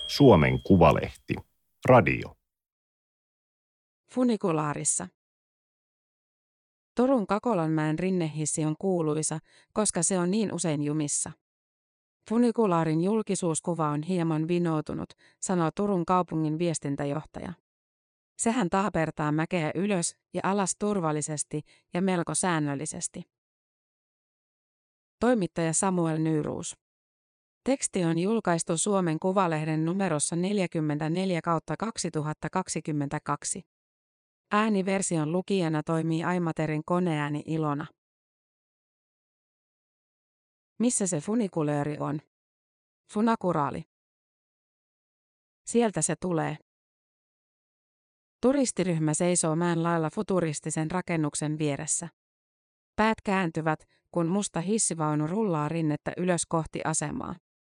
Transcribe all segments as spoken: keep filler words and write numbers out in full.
Suomen Kuvalehti. Radio. Funikulaarissa. Turun Kakolanmäen rinnehissi on kuuluisa, koska se on niin usein jumissa. Funikulaarin julkisuuskuva on hieman vinoutunut, sanoo Turun kaupungin viestintäjohtaja. Sehän taapertaa mäkeä ylös ja alas turvallisesti ja melko säännöllisesti. Toimittaja Samuel Nyruus. Teksti on julkaistu Suomen Kuvalehden numerossa neljäkymmentäneljä kautta kaksituhattakaksikymmentäkaksi. Ääniversion lukijana toimii Aimaterin koneääni Ilona. Missä se funikuleeri on? Funakuraali. Sieltä se tulee. Turistiryhmä seisoo mäen lailla futuristisen rakennuksen vieressä. Päät kääntyvät, kun musta hissivaunu rullaa rinnettä ylös kohti asemaa.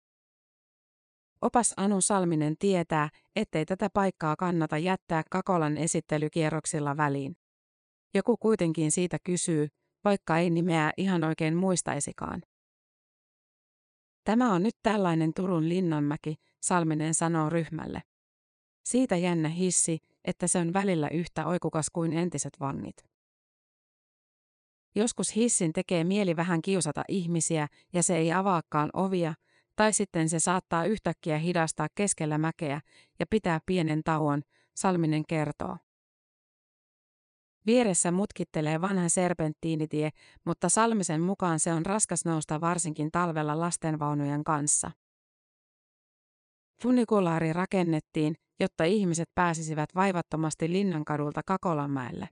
Opas Anu Salminen tietää, ettei tätä paikkaa kannata jättää Kakolan esittelykierroksilla väliin. Joku kuitenkin siitä kysyy, vaikka ei nimeä ihan oikein muistaisikaan. Tämä on nyt tällainen Turun Linnanmäki, Salminen sanoo ryhmälle. Siitä jännä hissi, että se on välillä yhtä oikukas kuin entiset vangit. Joskus hissin tekee mieli vähän kiusata ihmisiä ja se ei avaakaan ovia, tai sitten se saattaa yhtäkkiä hidastaa keskellä mäkeä ja pitää pienen tauon, Salminen kertoo. Vieressä mutkittelee vanha serpenttiinitie, mutta Salmisen mukaan se on raskas nousta varsinkin talvella lastenvaunujen kanssa. Funikulaari rakennettiin, jotta ihmiset pääsisivät vaivattomasti Linnankadulta Kakolanmäelle.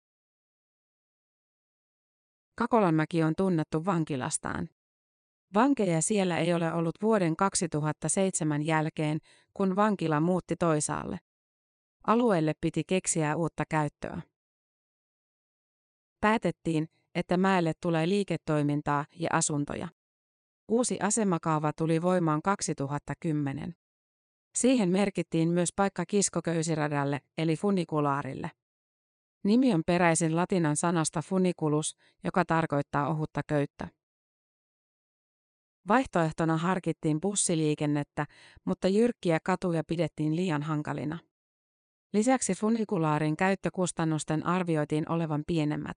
Kakolanmäki on tunnettu vankilastaan. Vankeja siellä ei ole ollut vuoden kaksituhattaseitsemän jälkeen, kun vankila muutti toisaalle. Alueelle piti keksiä uutta käyttöä. Päätettiin, että mäelle tulee liiketoimintaa ja asuntoja. Uusi asemakaava tuli voimaan kaksituhattakymmenen. Siihen merkittiin myös paikka kiskoköysiradalle eli funikulaarille. Nimi on peräisin latinan sanasta funiculus, joka tarkoittaa ohutta köyttä. Vaihtoehtona harkittiin bussiliikennettä, mutta jyrkkiä katuja pidettiin liian hankalina. Lisäksi funikulaarin käyttökustannusten arvioitiin olevan pienemmät.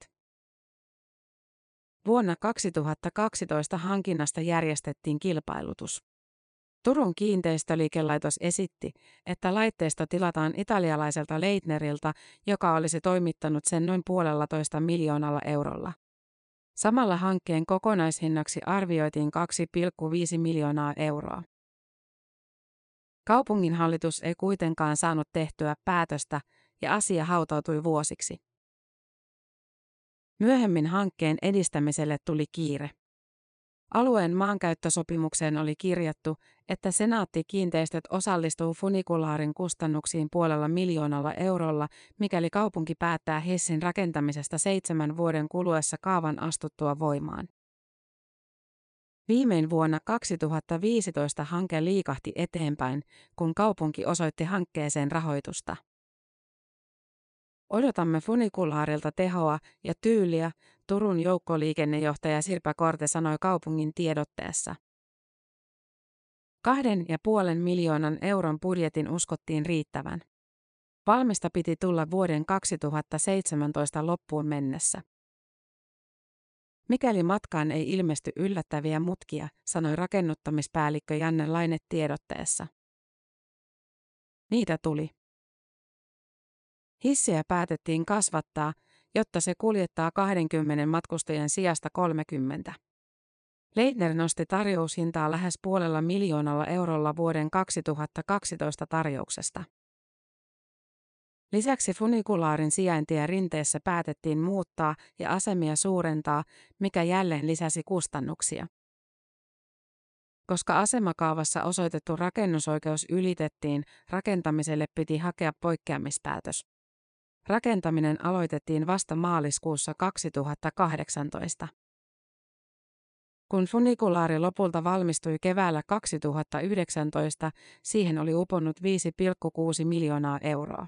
Vuonna kaksituhattakaksitoista hankinnasta järjestettiin kilpailutus. Turun kiinteistöliikelaitos esitti, että laitteisto tilataan italialaiselta Leitnerilta, joka olisi toimittanut sen noin puolellatoista miljoonalla eurolla. Samalla hankkeen kokonaishinnaksi arvioitiin kaksi pilkku viisi miljoonaa euroa. Kaupunginhallitus ei kuitenkaan saanut tehtyä päätöstä ja asia hautautui vuosiksi. Myöhemmin hankkeen edistämiselle tuli kiire. Alueen maankäyttösopimukseen oli kirjattu, että Senaatti-kiinteistöt osallistuu funikulaarin kustannuksiin puolella miljoonalla eurolla, mikäli kaupunki päättää hissin rakentamisesta seitsemän vuoden kuluessa kaavan astuttua voimaan. Viimein vuonna kaksituhattaviisitoista hanke liikahti eteenpäin, kun kaupunki osoitti hankkeeseen rahoitusta. Odotamme funikulaarilta tehoa ja tyyliä, Turun joukkoliikennejohtaja Sirpa Korte sanoi kaupungin tiedotteessa. Kahden ja puolen miljoonan euron budjetin uskottiin riittävän. Valmista piti tulla vuoden kaksituhattaseitsemäntoista loppuun mennessä. Mikäli matkaan ei ilmesty yllättäviä mutkia, sanoi rakennuttamispäällikkö Janne Laine tiedotteessa. Niitä tuli. Hissiä päätettiin kasvattaa, jotta se kuljettaa kaksikymmentä matkustajan sijasta kolmekymmentä. Leitner nosti tarjoushintaa lähes puolella miljoonalla eurolla vuoden kaksituhattakaksitoista tarjouksesta. Lisäksi funikulaarin sijaintia rinteessä päätettiin muuttaa ja asemia suurentaa, mikä jälleen lisäsi kustannuksia. Koska asemakaavassa osoitettu rakennusoikeus ylitettiin, rakentamiselle piti hakea poikkeamispäätös. Rakentaminen aloitettiin vasta maaliskuussa kaksituhattakahdeksantoista. Kun funikulaari lopulta valmistui keväällä kaksituhattayhdeksäntoista, siihen oli uponnut viisi pilkku kuusi miljoonaa euroa.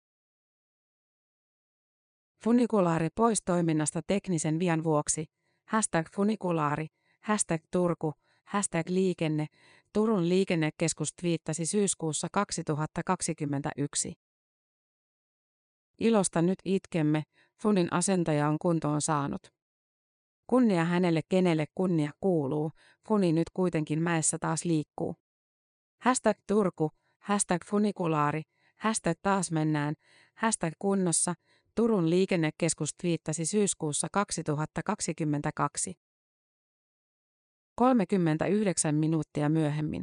Funikulaari pois toiminnasta teknisen vian vuoksi. Hashtag funikulaari, hashtag Turku, hashtag liikenne, Turun liikennekeskus twiittasi syyskuussa kaksituhattakaksikymmentäyksi. Ilosta nyt itkemme, Funin asentaja on kuntoon saanut. Kunnia hänelle, kenelle kunnia kuuluu, Funi nyt kuitenkin mäessä taas liikkuu. Hashtag Turku, hashtag funikulaari, hashtag taas mennään, hashtag kunnossa, Turun liikennekeskus twiittasi syyskuussa kaksituhattakaksikymmentäkaksi. kolmekymmentäyhdeksän minuuttia myöhemmin.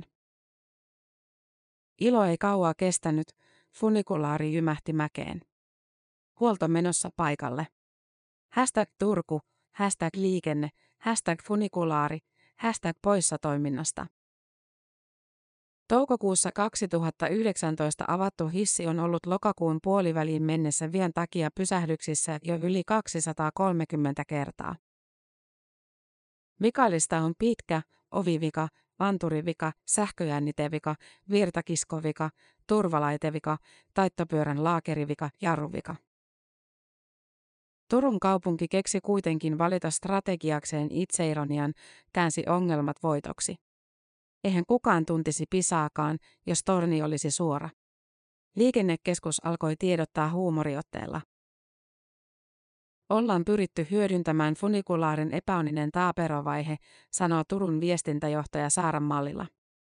Ilo ei kauaa kestänyt, funikulaari jymähti mäkeen. Huolto menossa paikalle. Hashtag Turku, hashtag liikenne, hashtag funikulaari, hashtag poissa toiminnasta. Toukokuussa kaksituhattayhdeksäntoista avattu hissi on ollut lokakuun puoliväliin mennessä vien takia pysähdyksissä jo yli kaksisataakolmekymmentä kertaa. Vikalista on pitkä, ovivika, anturivika, sähköjännitevika, virtakiskovika, turvalaitevika, taittopyörän laakerivika, jarruvika. Turun kaupunki keksi kuitenkin valita strategiakseen itseironian, käänsi ongelmat voitoksi. Eihän kukaan tuntisi pisaakaan, jos torni olisi suora. Liikennekeskus alkoi tiedottaa huumoriotteella. Ollaan pyritty hyödyntämään funikulaarin epäonninen taaperovaihe, sanoo Turun viestintäjohtaja Saara Mallila.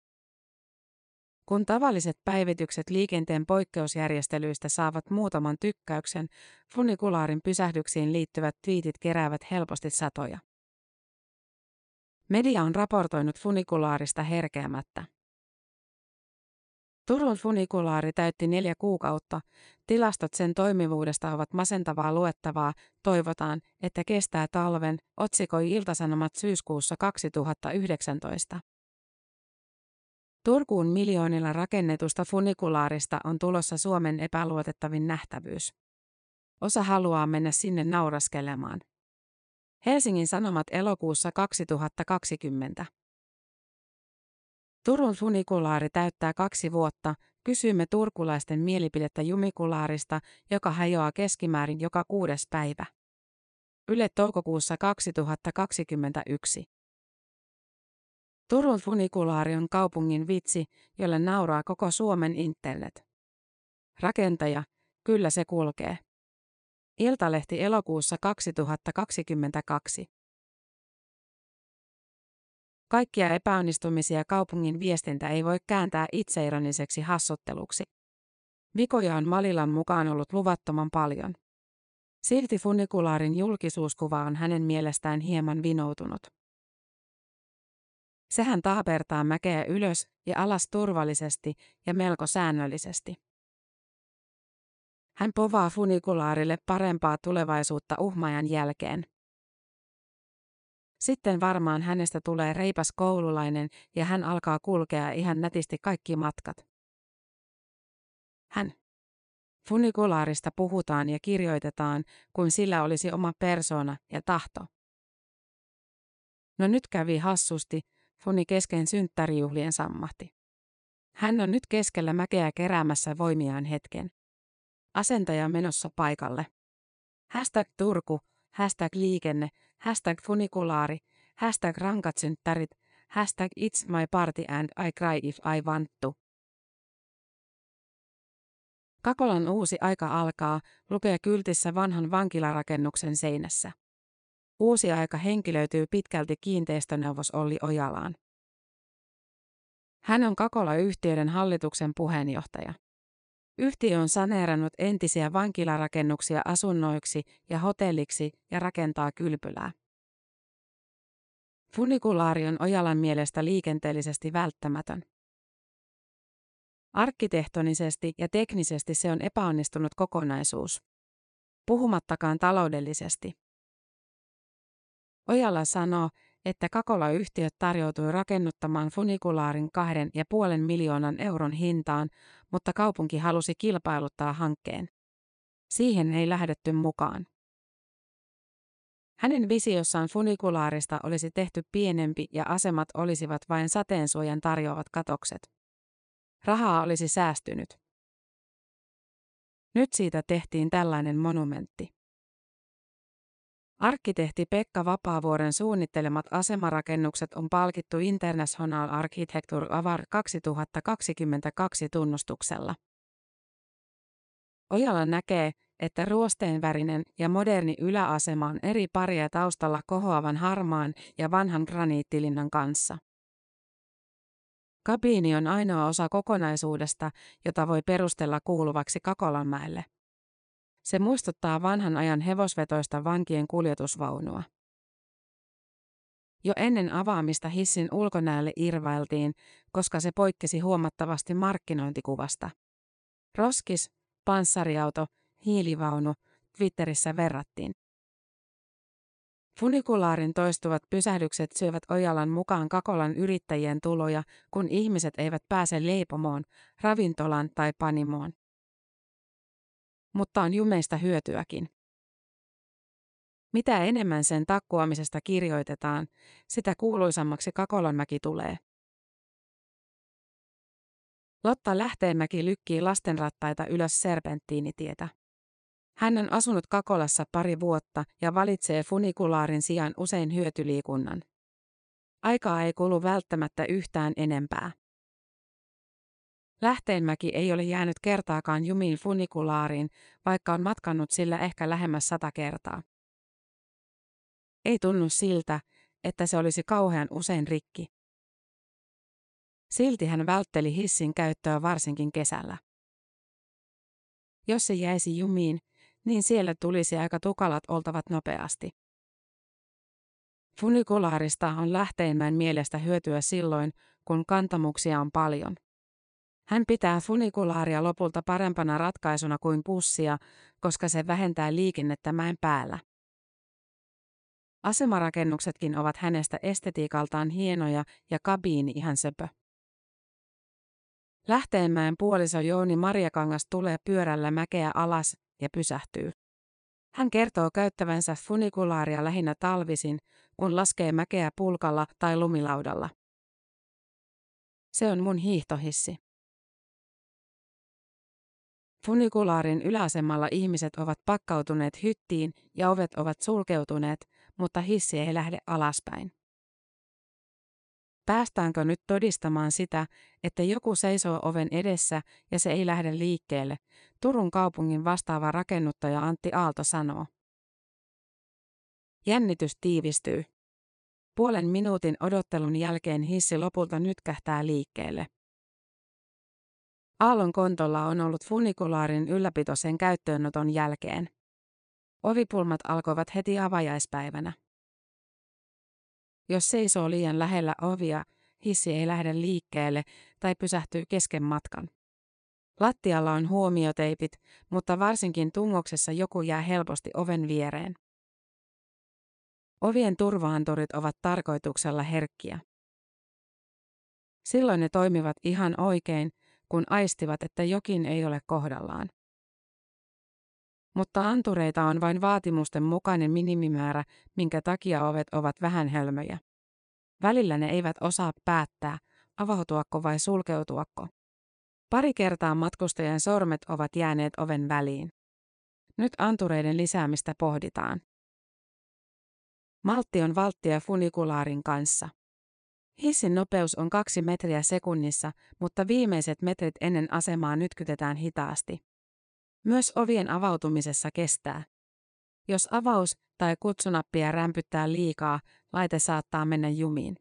Kun tavalliset päivitykset liikenteen poikkeusjärjestelyistä saavat muutaman tykkäyksen, funikulaarin pysähdyksiin liittyvät twiitit keräävät helposti satoja. Media on raportoinut funikulaarista herkeämättä. Turun funikulaari täytti neljä kuukautta, tilastot sen toimivuudesta ovat masentavaa luettavaa, toivotaan, että kestää talven, otsikoi Ilta-Sanomat syyskuussa kaksituhattayhdeksäntoista. Turkuun miljoonilla rakennetusta funikulaarista on tulossa Suomen epäluotettavin nähtävyys. Osa haluaa mennä sinne nauraskelemaan. Helsingin Sanomat elokuussa kaksituhattakaksikymmentä. Turun funikulaari täyttää kaksi vuotta, kysyimme turkulaisten mielipidettä jumikulaarista, joka hajoaa keskimäärin joka kuudes päivä. Yle toukokuussa kaksituhattakaksikymmentäyksi. Turun funikulaari on kaupungin vitsi, jolle nauraa koko Suomen internet. Rakentaja, kyllä se kulkee. Iltalehti elokuussa kaksituhattakaksikymmentäkaksi. Kaikkia epäonnistumisia kaupungin viestintä ei voi kääntää itseironiseksi hassutteluksi. Vikoja on Mallilan mukaan ollut luvattoman paljon. Silti funikulaarin julkisuuskuva on hänen mielestään hieman vinoutunut. Sehän taapertaa mäkeä ylös ja alas turvallisesti ja melko säännöllisesti. Hän povaa funikulaarille parempaa tulevaisuutta uhmajan jälkeen. Sitten varmaan hänestä tulee reipas koululainen ja hän alkaa kulkea ihan nätisti kaikki matkat. Hän. Funikulaarista puhutaan ja kirjoitetaan, kuin sillä olisi oma persoona ja tahto. No nyt kävi hassusti, Funi kesken synttärijuhlien sammahti. Hän on nyt keskellä mäkeä keräämässä voimiaan hetken. Asentaja menossa paikalle. Hashtag Turku, hashtag liikenne, hashtag funikulaari, hashtag rankat synttärit, hashtag it's my party and I cry if I want to. Kakolan uusi aika alkaa, lukee kyltissä vanhan vankilarakennuksen seinässä. Uusi aika henkilöityy pitkälti kiinteistöneuvos Olli Ojalaan. Hän on Kakola-yhtiöiden hallituksen puheenjohtaja. Yhtiö on saneerannut entisiä vankilarakennuksia asunnoiksi ja hotelliksi ja rakentaa kylpylää. Funikulaari on Ojalan mielestä liikenteellisesti välttämätön. Arkkitehtonisesti ja teknisesti se on epäonnistunut kokonaisuus. Puhumattakaan taloudellisesti. Ojala sanoo, että Kakola-yhtiöt tarjoutui rakennuttamaan funikulaarin kahden ja puolen miljoonan euron hintaan, mutta kaupunki halusi kilpailuttaa hankkeen. Siihen ei lähdetty mukaan. Hänen visiossaan funikulaarista olisi tehty pienempi ja asemat olisivat vain sateensuojan tarjoavat katokset. Rahaa olisi säästynyt. Nyt siitä tehtiin tällainen monumentti. Arkkitehti Pekka Vapaavuoren suunnittelemat asemarakennukset on palkittu International Architecture Award kaksituhattakaksikymmentäkaksi tunnustuksella. Ojala näkee, että ruosteenvärinen ja moderni yläasema on eri paria taustalla kohoavan harmaan ja vanhan graniittilinnan kanssa. Kabiini on ainoa osa kokonaisuudesta, jota voi perustella kuuluvaksi Kakolanmäelle. Se muistuttaa vanhan ajan hevosvetoista vankien kuljetusvaunua. Jo ennen avaamista hissin ulkonäölle irvailtiin, koska se poikkesi huomattavasti markkinointikuvasta. Roskis, panssariauto, hiilivaunu, Twitterissä verrattiin. Funikulaarin toistuvat pysähdykset syövät Ojalan mukaan Kakolan yrittäjien tuloja, kun ihmiset eivät pääse leipomoon, ravintolaan tai panimoon. Mutta on jumeista hyötyäkin. Mitä enemmän sen takkuamisesta kirjoitetaan, sitä kuuluisammaksi Kakolanmäki tulee. Lotta Lähteenmäki lykkii lastenrattaita ylös Serpenttiinitietä. Hän on asunut Kakolassa pari vuotta ja valitsee funikulaarin sijaan usein hyötyliikunnan. Aikaa ei kulu välttämättä yhtään enempää. Lähteenmäki ei ole jäänyt kertaakaan jumiin funikulaariin, vaikka on matkannut sillä ehkä lähemmäs sata kertaa. Ei tunnu siltä, että se olisi kauhean usein rikki. Silti hän vältteli hissin käyttöä varsinkin kesällä. Jos se jäisi jumiin, niin siellä tulisi aika tukalat oltavat nopeasti. Funikulaarista on Lähteenmäen mielestä hyötyä silloin, kun kantamuksia on paljon. Hän pitää funikulaaria lopulta parempana ratkaisuna kuin bussia, koska se vähentää liikennettä mäen päällä. Asemarakennuksetkin ovat hänestä estetiikaltaan hienoja ja kabiini ihan söpö. Lähteenmäen puoliso Jouni Marjakangas tulee pyörällä mäkeä alas ja pysähtyy. Hän kertoo käyttävänsä funikulaaria lähinnä talvisin, kun laskee mäkeä pulkalla tai lumilaudalla. Se on mun hiihtohissi. Funikulaarin yläasemalla ihmiset ovat pakkautuneet hyttiin ja ovet ovat sulkeutuneet, mutta hissi ei lähde alaspäin. Päästäänkö nyt todistamaan sitä, että joku seisoo oven edessä ja se ei lähde liikkeelle, Turun kaupungin vastaava rakennuttaja Antti Aalto sanoo. Jännitys tiivistyy. Puolen minuutin odottelun jälkeen hissi lopulta nytkähtää liikkeelle. Aallon kontolla on ollut funikulaarin ylläpito sen käyttöönoton jälkeen. Ovipulmat alkoivat heti avajaispäivänä. Jos seisoo liian lähellä ovia, hissi ei lähde liikkeelle tai pysähtyy kesken matkan. Lattialla on huomioteipit, mutta varsinkin tungoksessa joku jää helposti oven viereen. Ovien turvaanturit ovat tarkoituksella herkkiä. Silloin ne toimivat ihan oikein, kun aistivat, että jokin ei ole kohdallaan. Mutta antureita on vain vaatimusten mukainen minimimäärä, minkä takia ovet ovat vähän hölmöjä. Välillä ne eivät osaa päättää, avautuako vai sulkeutuako. Pari kertaa matkustajan sormet ovat jääneet oven väliin. Nyt antureiden lisäämistä pohditaan. Maltti on valttia funikulaarin kanssa. Hissin nopeus on kaksi metriä sekunnissa, mutta viimeiset metrit ennen asemaa nytkytetään hitaasti. Myös ovien avautumisessa kestää. Jos avaus tai kutsunappia rämpyttää liikaa, laite saattaa mennä jumiin.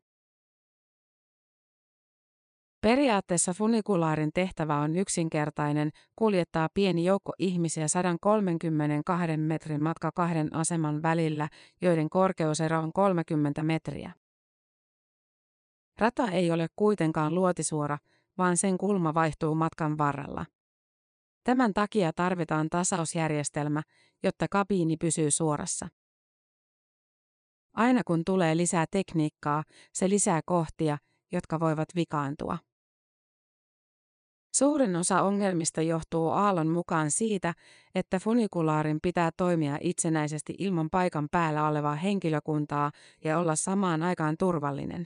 Periaatteessa funikulaarin tehtävä on yksinkertainen, kuljettaa pieni joukko ihmisiä sata kolmekymmentäkaksi metrin matka kahden aseman välillä, joiden korkeusero on kolmekymmentä metriä. Rata ei ole kuitenkaan luotisuora, vaan sen kulma vaihtuu matkan varrella. Tämän takia tarvitaan tasausjärjestelmä, jotta kabiini pysyy suorassa. Aina kun tulee lisää tekniikkaa, se lisää kohtia, jotka voivat vikaantua. Suurin osa ongelmista johtuu Aallon mukaan siitä, että funikulaarin pitää toimia itsenäisesti ilman paikan päällä olevaa henkilökuntaa ja olla samaan aikaan turvallinen.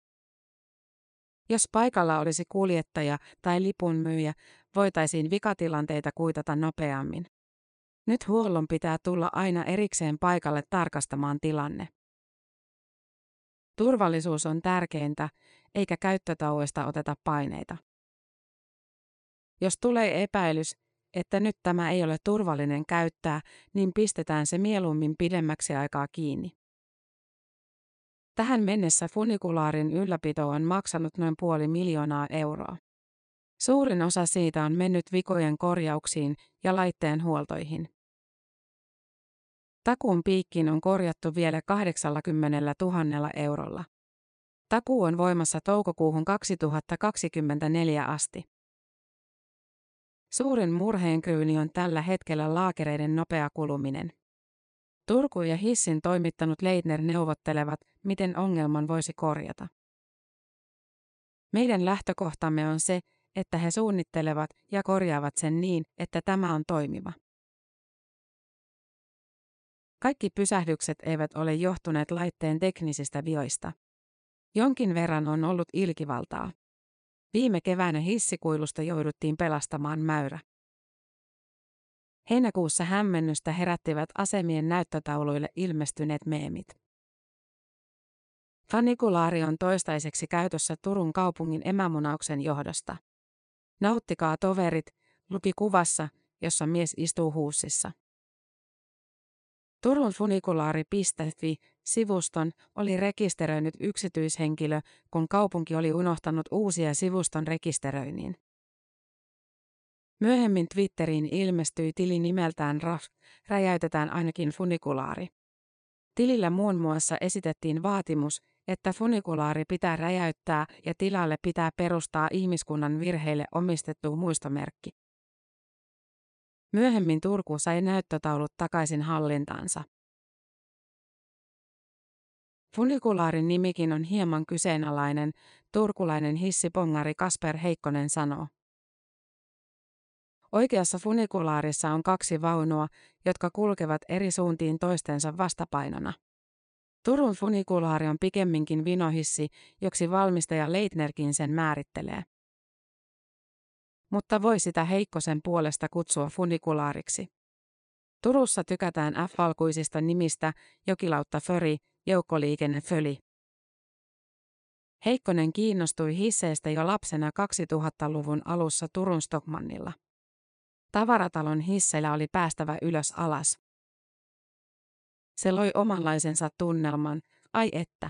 Jos paikalla olisi kuljettaja tai lipunmyyjä, voitaisiin vikatilanteita kuitata nopeammin. Nyt huollon pitää tulla aina erikseen paikalle tarkastamaan tilanne. Turvallisuus on tärkeintä, eikä käyttötauoista oteta paineita. Jos tulee epäilys, että nyt tämä ei ole turvallinen käyttää, niin pistetään se mieluummin pidemmäksi aikaa kiinni. Tähän mennessä funikulaarin ylläpito on maksanut noin puoli miljoonaa euroa. Suurin osa siitä on mennyt vikojen korjauksiin ja laitteen huoltoihin. Takuun piikkiin on korjattu vielä kahdeksankymmentätuhatta eurolla. Takuu on voimassa toukokuuhun kaksituhattakaksikymmentäneljä asti. Suurin murheenkryyni on tällä hetkellä laakereiden nopea kuluminen. Turku ja Hissin toimittanut Leitner neuvottelevat, miten ongelman voisi korjata. Meidän lähtökohtamme on se, että he suunnittelevat ja korjaavat sen niin, että tämä on toimiva. Kaikki pysähdykset eivät ole johtuneet laitteen teknisistä vioista. Jonkin verran on ollut ilkivaltaa. Viime keväänä hissikuilusta jouduttiin pelastamaan mäyrä. Heinäkuussa hämmennystä herättivät asemien näyttötauluille ilmestyneet meemit. Funikulaari on toistaiseksi käytössä Turun kaupungin emämunauksen johdosta. Nauttikaa toverit, luki kuvassa, jossa mies istuu huussissa. Turun funikulaari piste fi-sivuston oli rekisteröinyt yksityishenkilö, kun kaupunki oli unohtanut uusia sivuston rekisteröinnin. Myöhemmin Twitteriin ilmestyi tili nimeltään Raf, räjäytetään ainakin funikulaari. Tilillä muun muassa esitettiin vaatimus, että funikulaari pitää räjäyttää ja tilalle pitää perustaa ihmiskunnan virheille omistettu muistomerkki. Myöhemmin Turku sai näyttötaulut takaisin hallintaansa. Funikulaarin nimikin on hieman kyseenalainen, turkulainen hissipongari Kasper Heikkonen sanoo. Oikeassa funikulaarissa on kaksi vaunua, jotka kulkevat eri suuntiin toistensa vastapainona. Turun funikulaari on pikemminkin vinohissi, joksi valmistaja Leitnerkin sen määrittelee. Mutta voi sitä Heikkosen puolesta kutsua funikulaariksi. Turussa tykätään F-valkuisista nimistä Jokilautta Föri, joukkoliikenne Föli. Heikkonen kiinnostui hisseistä jo lapsena kaksituhattaluvun alussa Turun Stockmannilla. Tavaratalon hisseillä oli päästävä ylös alas. Se loi omanlaisensa tunnelman, ai että.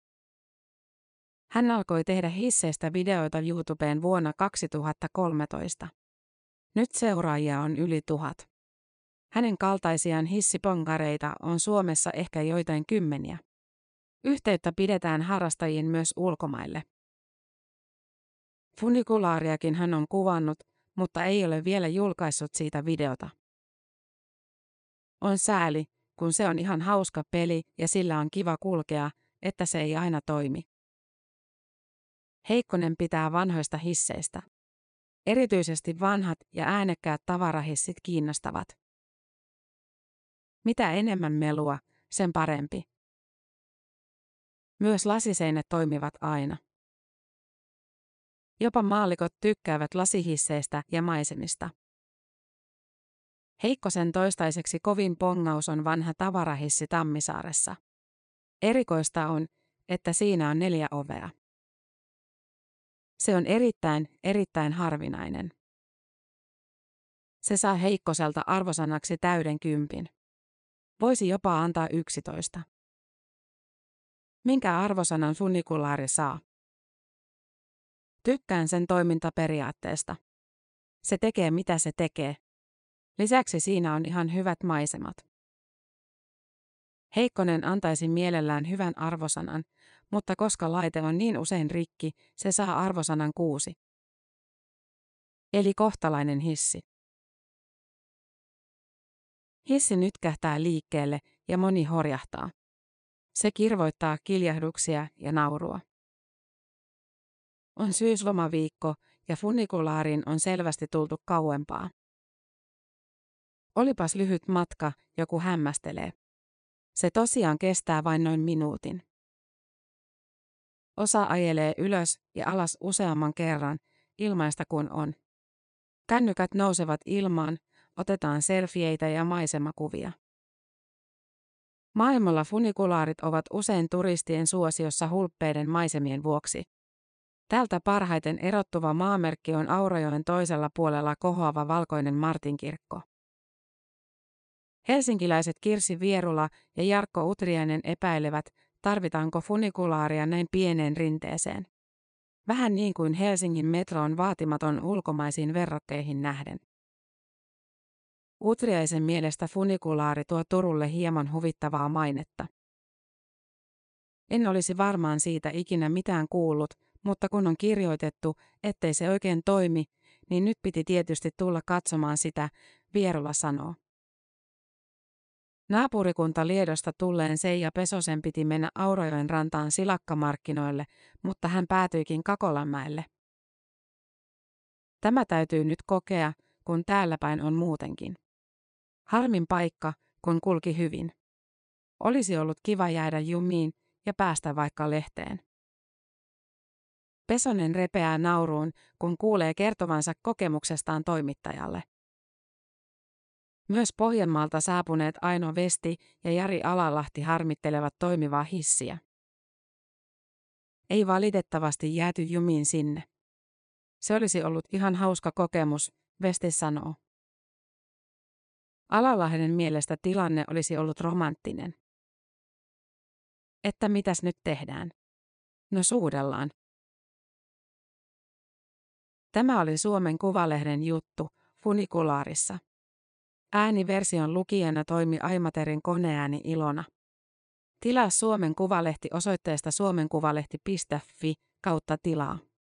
Hän alkoi tehdä hisseistä videoita YouTubeen vuonna kaksituhattakolmetoista. Nyt seuraajia on yli tuhat. Hänen kaltaisiaan hissipongareita on Suomessa ehkä joitain kymmeniä. Yhteyttä pidetään harrastajiin myös ulkomaille. Funikulaariakin hän on kuvannut, mutta ei ole vielä julkaissut siitä videota. On sääli, kun se on ihan hauska peli ja sillä on kiva kulkea, että se ei aina toimi. Heikkonen pitää vanhoista hisseistä. Erityisesti vanhat ja äänekkäät tavarahissit kiinnostavat. Mitä enemmän melua, sen parempi. Myös lasiseinät toimivat aina. Jopa maallikot tykkäävät lasihisseistä ja maisemista. Heikkosen toistaiseksi kovin pongaus on vanha tavarahissi Tammisaaressa. Erikoista on, että siinä on neljä ovea. Se on erittäin, erittäin harvinainen. Se saa Heikkoselta arvosanaksi täyden kympin. Voisi jopa antaa yksitoista. Minkä arvosanan funikulaari saa? Tykkään sen toimintaperiaatteesta. Se tekee mitä se tekee. Lisäksi siinä on ihan hyvät maisemat. Heikkonen antaisi mielellään hyvän arvosanan, mutta koska laite on niin usein rikki, se saa arvosanan kuusi. Eli kohtalainen hissi. Hissi nytkähtää liikkeelle ja moni horjahtaa. Se kirvoittaa kiljahduksia ja naurua. On syyslomaviikko ja funikulaariin on selvästi tultu kauempaa. Olipas lyhyt matka, joku hämmästelee. Se tosiaan kestää vain noin minuutin. Osa ajelee ylös ja alas useamman kerran, ilmaista kun on. Kännykät nousevat ilmaan, otetaan selfieitä ja maisemakuvia. Maailmalla funikulaarit ovat usein turistien suosiossa hulppeiden maisemien vuoksi. Täältä parhaiten erottuva maamerkki on Aurajoen toisella puolella kohoava valkoinen Martinkirkko. Helsinkiläiset Kirsi Vierula ja Jarkko Utriainen epäilevät, tarvitaanko funikulaaria näin pieneen rinteeseen. Vähän niin kuin Helsingin metro on vaatimaton ulkomaisiin verrokkeihin nähden. Utriaisen mielestä funikulaari tuo Turulle hieman huvittavaa mainetta. En olisi varmaan siitä ikinä mitään kuullut, mutta kun on kirjoitettu, ettei se oikein toimi, niin nyt piti tietysti tulla katsomaan sitä, Vierula sanoo. Naapurikunta Liedosta tulleen Seija Pesosen piti mennä Aurajoen rantaan silakkamarkkinoille, mutta hän päätyikin Kakolanmäelle. Tämä täytyy nyt kokea, kun täällä päin on muutenkin. Harmin paikka, kun kulki hyvin. Olisi ollut kiva jäädä jumiin ja päästä vaikka lehteen. Pesonen repeää nauruun, kun kuulee kertovansa kokemuksestaan toimittajalle. Myös Pohjanmaalta saapuneet Aino Vesti ja Jari Alalahti harmittelevat toimivaa hissiä. Ei valitettavasti jääty jumiin sinne. Se olisi ollut ihan hauska kokemus, Vesti sanoo. Alalahden mielestä tilanne olisi ollut romanttinen. Että mitäs nyt tehdään? No suudellaan. Tämä oli Suomen Kuvalehden juttu funikulaarissa. Ääniversion lukijana toimi Aimaterin koneääni Ilona. Tilaa Suomen Kuvalehti osoitteesta suomenkuvalehti piste fi kautta tilaa.